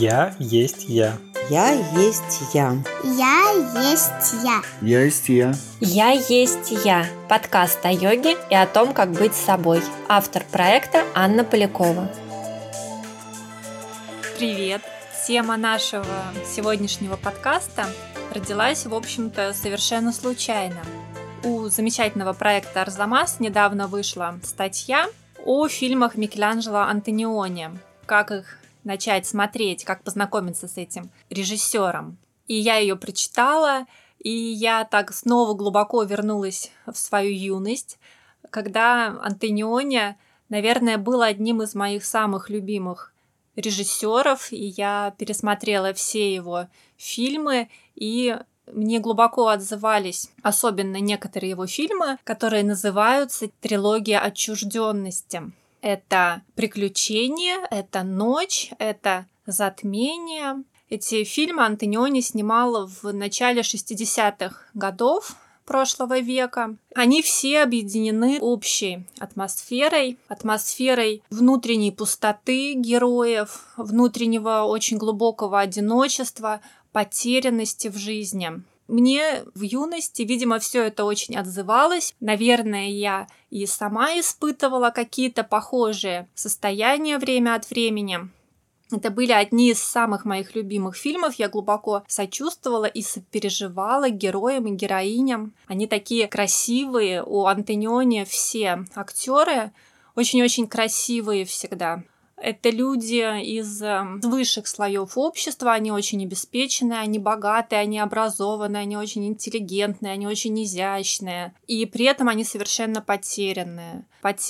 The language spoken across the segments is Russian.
Я есть я. Я есть я. Я есть я. Я есть я. Я есть я. Подкаст о йоге и о том, как быть собой. Автор проекта Анна Полякова. Привет! Тема нашего сегодняшнего подкаста родилась, в общем-то, совершенно случайно. У замечательного проекта «Арзамас» недавно вышла статья о фильмах Микеланджело Антониони. Как их начать смотреть, как познакомиться с этим режиссером. И я ее прочитала, и я так снова глубоко вернулась в свою юность, когда Антониони, наверное, был одним из моих самых любимых режиссеров, и я пересмотрела все его фильмы, и мне глубоко отзывались, особенно некоторые его фильмы, которые называются «Трилогия отчужденности». Это «Приключения», это «Ночь», это «Затмение». Эти фильмы Антониони снимал в начале 60-х годов прошлого века. Они все объединены общей атмосферой внутренней пустоты героев, внутреннего очень глубокого одиночества, потерянности в жизни. Мне в юности, видимо, все это очень отзывалось. Наверное, я и сама испытывала какие-то похожие состояния время от времени. Это были одни из самых моих любимых фильмов. Я глубоко сочувствовала и сопереживала героям и героиням. Они такие красивые. У Антониони все актеры очень-очень красивые всегда. Это люди из высших слоев общества, они очень обеспеченные, они богатые, они образованные, они очень интеллигентные, они очень изящные. И при этом они совершенно потерянные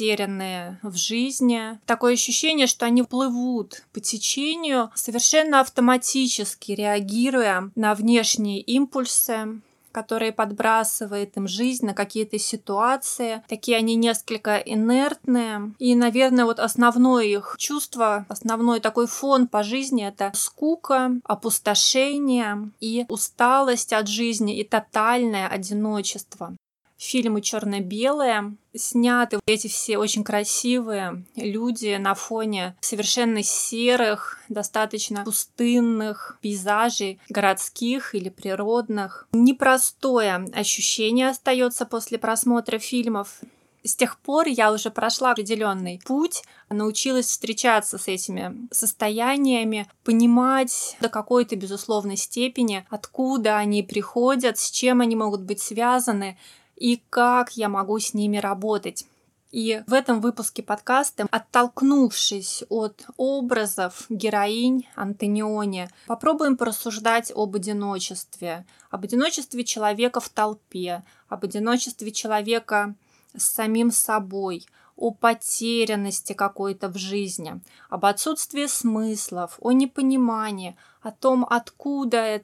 в жизни. Такое ощущение, что они плывут по течению, совершенно автоматически реагируя на внешние импульсы, которые подбрасывает им жизнь, на какие-то ситуации. Такие они несколько инертные. И, наверное, вот основное их чувство, основной такой фон по жизни — это скука, опустошение и усталость от жизни и тотальное одиночество. Фильмы черно-белые, сняты эти все очень красивые люди на фоне совершенно серых, достаточно пустынных пейзажей, городских или природных. Непростое ощущение остается после просмотра фильмов. С тех пор я уже прошла определенный путь, научилась встречаться с этими состояниями, понимать до какой-то безусловной степени, откуда они приходят, с чем они могут быть связаны, и как я могу с ними работать. И в этом выпуске подкаста, оттолкнувшись от образов героинь Антониони, попробуем порассуждать об одиночестве человека в толпе, об одиночестве человека с самим собой, о потерянности какой-то в жизни, об отсутствии смыслов, о непонимании, о том, откуда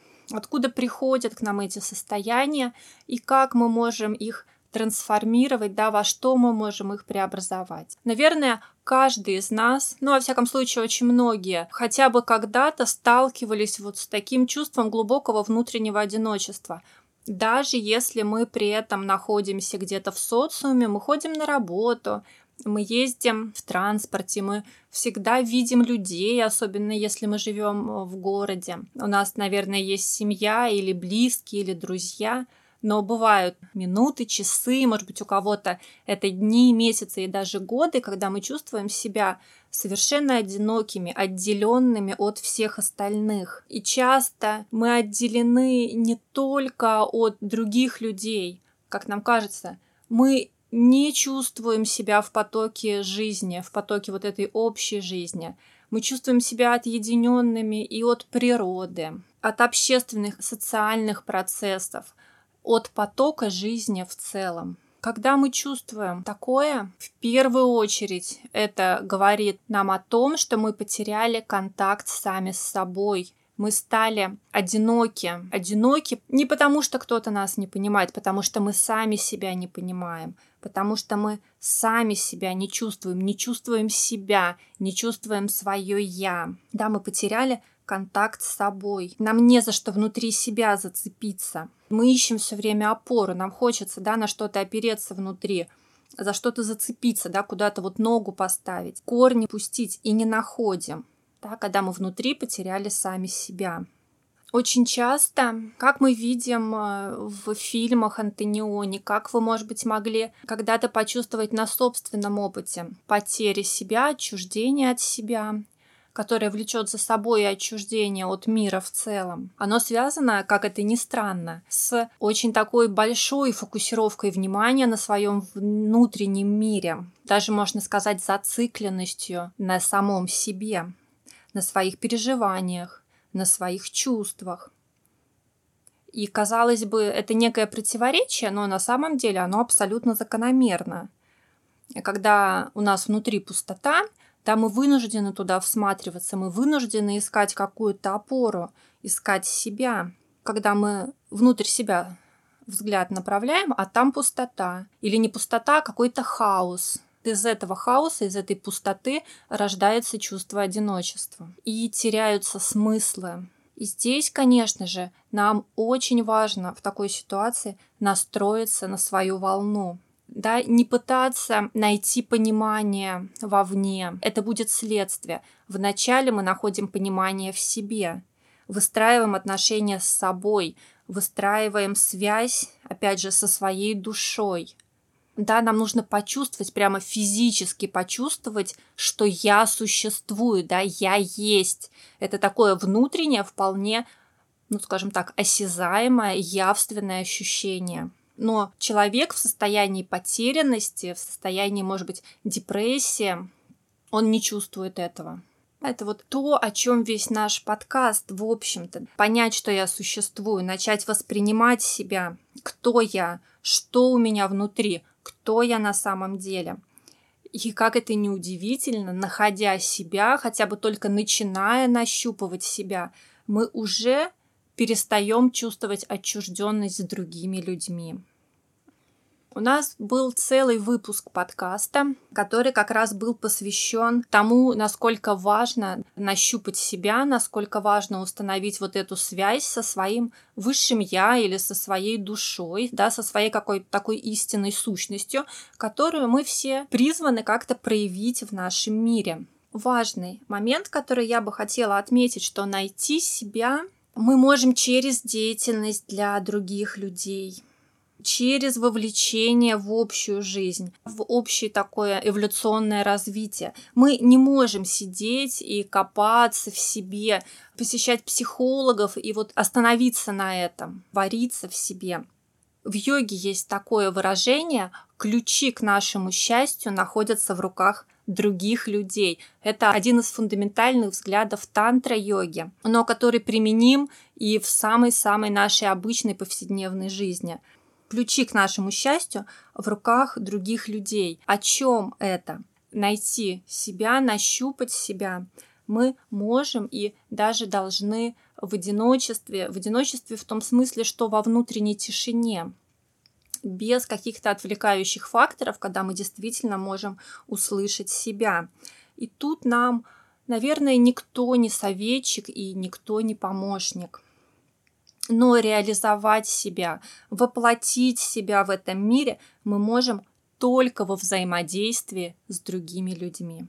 приходят к нам эти состояния и как мы можем их трансформировать, во что мы можем их преобразовать. Наверное, каждый из нас, во всяком случае очень многие, хотя бы когда-то сталкивались вот с таким чувством глубокого внутреннего одиночества. Даже если мы при этом находимся где-то в социуме, мы ходим на работу, мы ездим в транспорте, мы всегда видим людей, особенно если мы живем в городе. У нас, наверное, есть семья или близкие, или друзья, но бывают минуты, часы, может быть, у кого-то это дни, месяцы и даже годы, когда мы чувствуем себя совершенно одинокими, отделенными от всех остальных. И часто мы отделены не только от других людей, как нам кажется, мы не чувствуем себя в потоке жизни, в потоке вот этой общей жизни. Мы чувствуем себя отъединенными и от природы, от общественных, социальных процессов, от потока жизни в целом. Когда мы чувствуем такое, в первую очередь это говорит нам о том, что мы потеряли контакт сами с собой. Мы стали одиноки не потому, что кто-то нас не понимает, потому что мы сами себя не понимаем, потому что мы сами себя не чувствуем себя, не чувствуем свое «я». Да, мы потеряли контакт с собой. Нам не за что внутри себя зацепиться. Мы ищем все время опору, нам хочется, на что-то опереться внутри, за что-то зацепиться, куда-то вот ногу поставить, корни пустить и не находим. да, когда мы внутри потеряли сами себя. Очень часто, как мы видим в фильмах Антониони, как вы, может быть, могли когда-то почувствовать на собственном опыте потери себя, отчуждения от себя, которое влечет за собой отчуждение от мира в целом, оно связано, как это ни странно, с очень такой большой фокусировкой внимания на своем внутреннем мире, даже, можно сказать, зацикленностью на самом себе, на своих переживаниях, на своих чувствах. И, казалось бы, это некое противоречие, но на самом деле оно абсолютно закономерно. Когда у нас внутри пустота, да, мы вынуждены туда всматриваться, мы вынуждены искать какую-то опору, искать себя. Когда мы внутрь себя взгляд направляем, а там пустота. Или не пустота, а какой-то хаос. Из этого хаоса, из этой пустоты рождается чувство одиночества. И теряются смыслы. И здесь, конечно же, нам очень важно в такой ситуации настроиться на свою волну. Да, не пытаться найти понимание вовне. Это будет следствие. Вначале мы находим понимание в себе. Выстраиваем отношения с собой. Выстраиваем связь, опять же, со своей душой. Да, нам нужно почувствовать, прямо физически почувствовать, что я существую, да, я есть. Это такое внутреннее, вполне, скажем так, осязаемое, явственное ощущение. Но человек в состоянии потерянности, в состоянии, может быть, депрессии, он не чувствует этого. Это вот то, о чем весь наш подкаст, в общем-то. Понять, что я существую, начать воспринимать себя, кто я, что у меня внутри, кто я на самом деле. И как это ни удивительно, находя себя, хотя бы только начиная нащупывать себя, мы уже перестаем чувствовать отчужденность с другими людьми. У нас был целый выпуск подкаста, который как раз был посвящен тому, насколько важно нащупать себя, насколько важно установить вот эту связь со своим высшим я или со своей душой, да, со своей какой-то такой истинной сущностью, которую мы все призваны как-то проявить в нашем мире. Важный момент, который я бы хотела отметить, что найти себя мы можем через деятельность для других людей, через вовлечение в общую жизнь, в общее такое эволюционное развитие. Мы не можем сидеть и копаться в себе, посещать психологов и вот остановиться на этом, вариться в себе. В йоге есть такое выражение: ключи к нашему счастью находятся в руках других людей. Это один из фундаментальных взглядов тантра-йоги, но который применим и в самой-самой нашей обычной повседневной жизни. Ключи к нашему счастью в руках других людей. О чем это? Найти себя, нащупать себя мы можем и даже должны в одиночестве в том смысле, что во внутренней тишине, без каких-то отвлекающих факторов, когда мы действительно можем услышать себя. И тут нам, наверное, никто не советчик и никто не помощник. Но реализовать себя, воплотить себя в этом мире мы можем только во взаимодействии с другими людьми.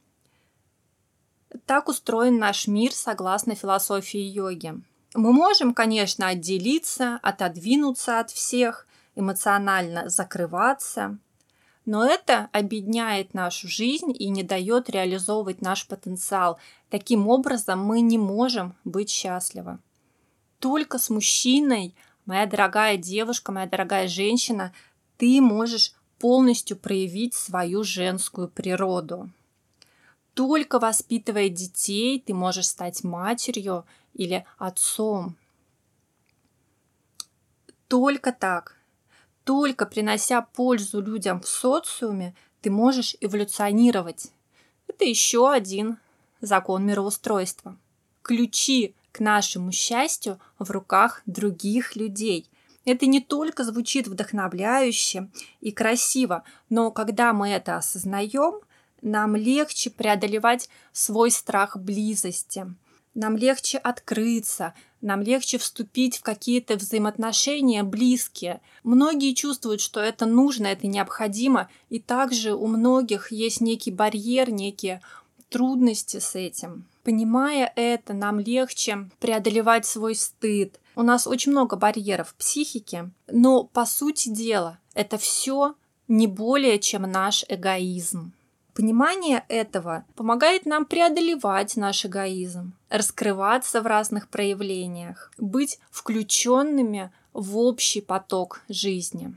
Так устроен наш мир согласно философии йоги. Мы можем, конечно, отделиться, отодвинуться от всех, эмоционально закрываться, но это обедняет нашу жизнь и не дает реализовывать наш потенциал. Таким образом, мы не можем быть счастливы. Только с мужчиной, моя дорогая девушка, моя дорогая женщина, ты можешь полностью проявить свою женскую природу. Только воспитывая детей, ты можешь стать матерью или отцом. Только так, только принося пользу людям в социуме, ты можешь эволюционировать. Это еще один закон мироустройства. Ключи к нашему счастью в руках других людей. Это не только звучит вдохновляюще и красиво, но когда мы это осознаем, нам легче преодолевать свой страх близости, нам легче открыться, нам легче вступить в какие-то взаимоотношения близкие. Многие чувствуют, что это нужно, это необходимо, и также у многих есть некий барьер, некие трудности с этим. Понимая это, нам легче преодолевать свой стыд. У нас очень много барьеров в психике, но по сути дела это все не более чем наш эгоизм. Понимание этого помогает нам преодолевать наш эгоизм, раскрываться в разных проявлениях, быть включенными в общий поток жизни.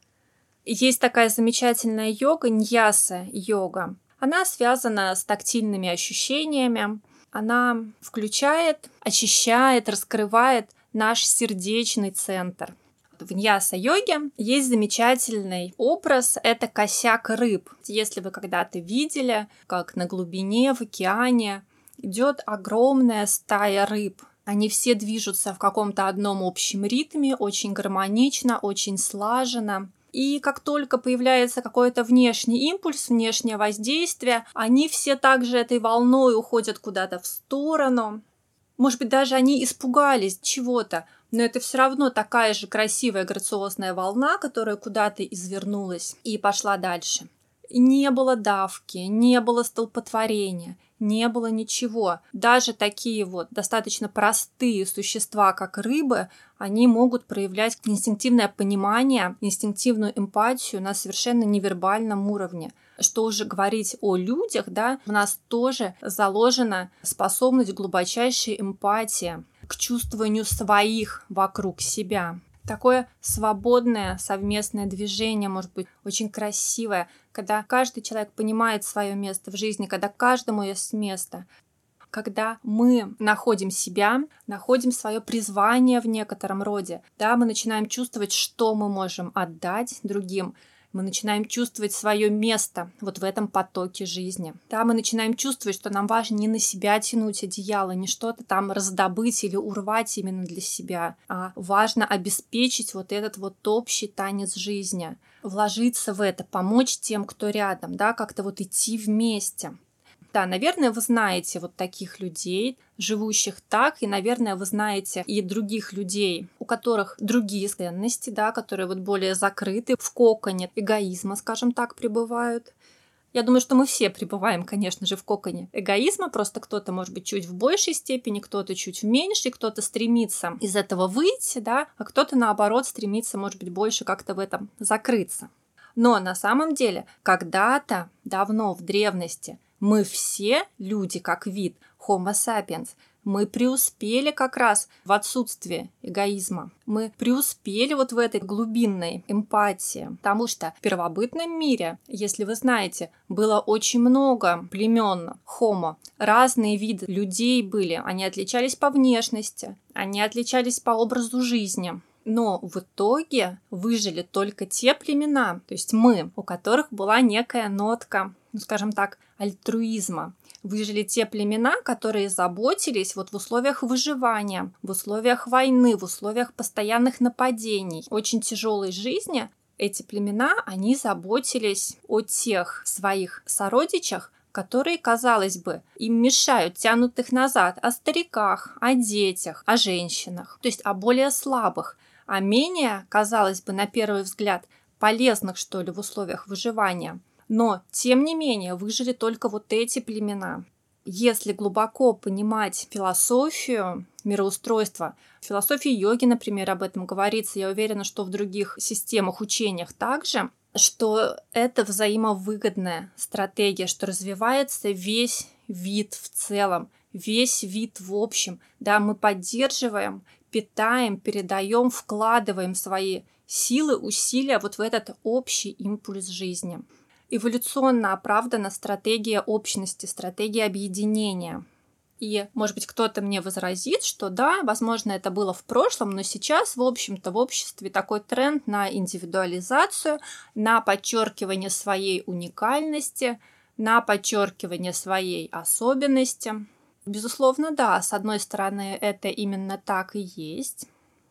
Есть такая замечательная йога, ньяса-йога. Она связана с тактильными ощущениями. Она включает, очищает, раскрывает наш сердечный центр. В ньяса-йоге есть замечательный образ – это косяк рыб. Если вы когда-то видели, как на глубине в океане идет огромная стая рыб. Они все движутся в каком-то одном общем ритме, очень гармонично, очень слаженно. И как только появляется какой-то внешний импульс, внешнее воздействие, они все также этой волной уходят куда-то в сторону. Может быть, даже они испугались чего-то, но это все равно такая же красивая, грациозная волна, которая куда-то извернулась и пошла дальше. И не было давки, не было столпотворения, не было ничего. Даже такие вот достаточно простые существа, как рыбы, они могут проявлять инстинктивное понимание, инстинктивную эмпатию на совершенно невербальном уровне. Что уже говорить о людях, да, в нас тоже заложена способность глубочайшей эмпатии к чувствованию своих вокруг себя. Такое свободное совместное движение может быть очень красивое, когда каждый человек понимает свое место в жизни, когда каждому есть место, когда мы находим себя, находим свое призвание в некотором роде, да, мы начинаем чувствовать, что мы можем отдать другим. Мы начинаем чувствовать свое место вот в этом потоке жизни. Да, мы начинаем чувствовать, что нам важно не на себя тянуть одеяло, не что-то там раздобыть или урвать именно для себя, а важно обеспечить вот этот вот общий танец жизни, вложиться в это, помочь тем, кто рядом, да, как-то вот идти вместе. Да, наверное, вы знаете вот таких людей, живущих так, и, наверное, вы знаете и других людей, у которых другие ценности, да, которые вот более закрыты, в коконе эгоизма, скажем так, пребывают. Я думаю, что мы все пребываем, конечно же, в коконе эгоизма, просто кто-то, может быть, чуть в большей степени, кто-то чуть в меньшей, кто-то стремится из этого выйти, да, а кто-то, наоборот, стремится, может быть, больше как-то в этом закрыться. Но на самом деле, когда-то, давно, в древности, мы все люди как вид, Homo sapiens, мы преуспели как раз в отсутствии эгоизма. Мы преуспели вот в этой глубинной эмпатии, потому что в первобытном мире, если вы знаете, было очень много племен Homo, разные виды людей были, они отличались по внешности, они отличались по образу жизни. Но в итоге выжили только те племена, то есть мы, у которых была некая нотка, скажем так, альтруизма. Выжили те племена, которые заботились вот в условиях выживания, в условиях войны, в условиях постоянных нападений, очень тяжелой жизни. Эти племена, они заботились о тех своих сородичах, которые, казалось бы, им мешают, тянут их назад, о стариках, о детях, о женщинах, то есть о более слабых, а менее, казалось бы, на первый взгляд, полезных, что ли, в условиях выживания. Но, тем не менее, выжили только вот эти племена. Если глубоко понимать философию мироустройства, в философии йоги, например, об этом говорится, я уверена, что в других системах, учениях также, что это взаимовыгодная стратегия, что развивается весь вид в целом, весь вид в общем. Да, мы поддерживаем, питаем, передаем, вкладываем свои силы, усилия вот в этот общий импульс жизни. Эволюционно оправдана стратегия общности, стратегия объединения. И, может быть, кто-то мне возразит, что да, возможно, это было в прошлом, но сейчас, в общем-то, в обществе такой тренд на индивидуализацию, на подчеркивание своей уникальности, на подчеркивание своей особенности. Безусловно, да, с одной стороны, это именно так и есть.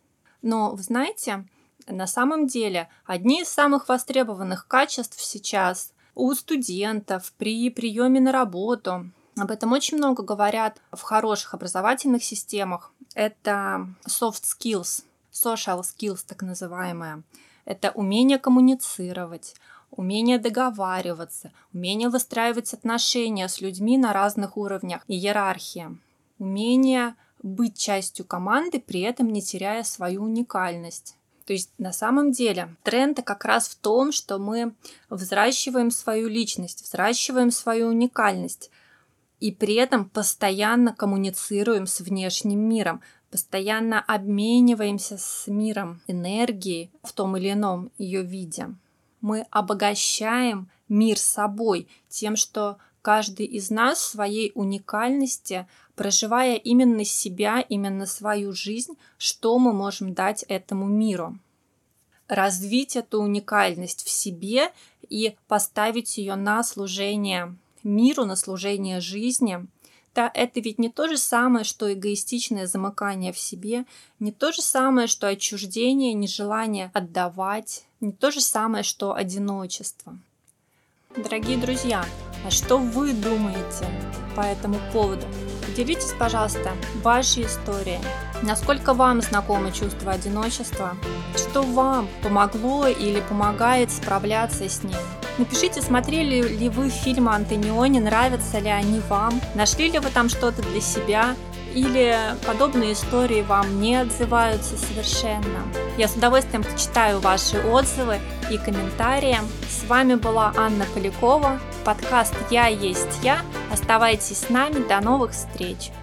Но, вы знаете, на самом деле, одни из самых востребованных качеств сейчас у студентов при приеме на работу, об этом очень много говорят в хороших образовательных системах, это soft skills, social skills так называемые. Это умение коммуницировать, умение договариваться, умение выстраивать отношения с людьми на разных уровнях и иерархии, умение быть частью команды, при этом не теряя свою уникальность. То есть на самом деле тренд как раз в том, что мы взращиваем свою личность, взращиваем свою уникальность и при этом постоянно коммуницируем с внешним миром, постоянно обмениваемся с миром энергией в том или ином ее виде. Мы обогащаем мир собой тем, что каждый из нас в своей уникальности, проживая именно себя, именно свою жизнь, что мы можем дать этому миру. Развить эту уникальность в себе и поставить ее на служение миру, на служение жизни. Да, это ведь не то же самое, что эгоистичное замыкание в себе, не то же самое, что отчуждение, нежелание отдавать, не то же самое, что одиночество. Дорогие друзья, а что вы думаете по этому поводу? Поделитесь, пожалуйста, вашей историей. Насколько вам знакомо чувство одиночества? Что вам помогло или помогает справляться с ним? Напишите, смотрели ли вы фильмы Антониони, нравятся ли они вам, нашли ли вы там что-то для себя, или подобные истории вам не отзываются совершенно. Я с удовольствием почитаю ваши отзывы и комментарии. С вами была Анна Полякова, подкаст «Я есть я». Оставайтесь с нами, до новых встреч!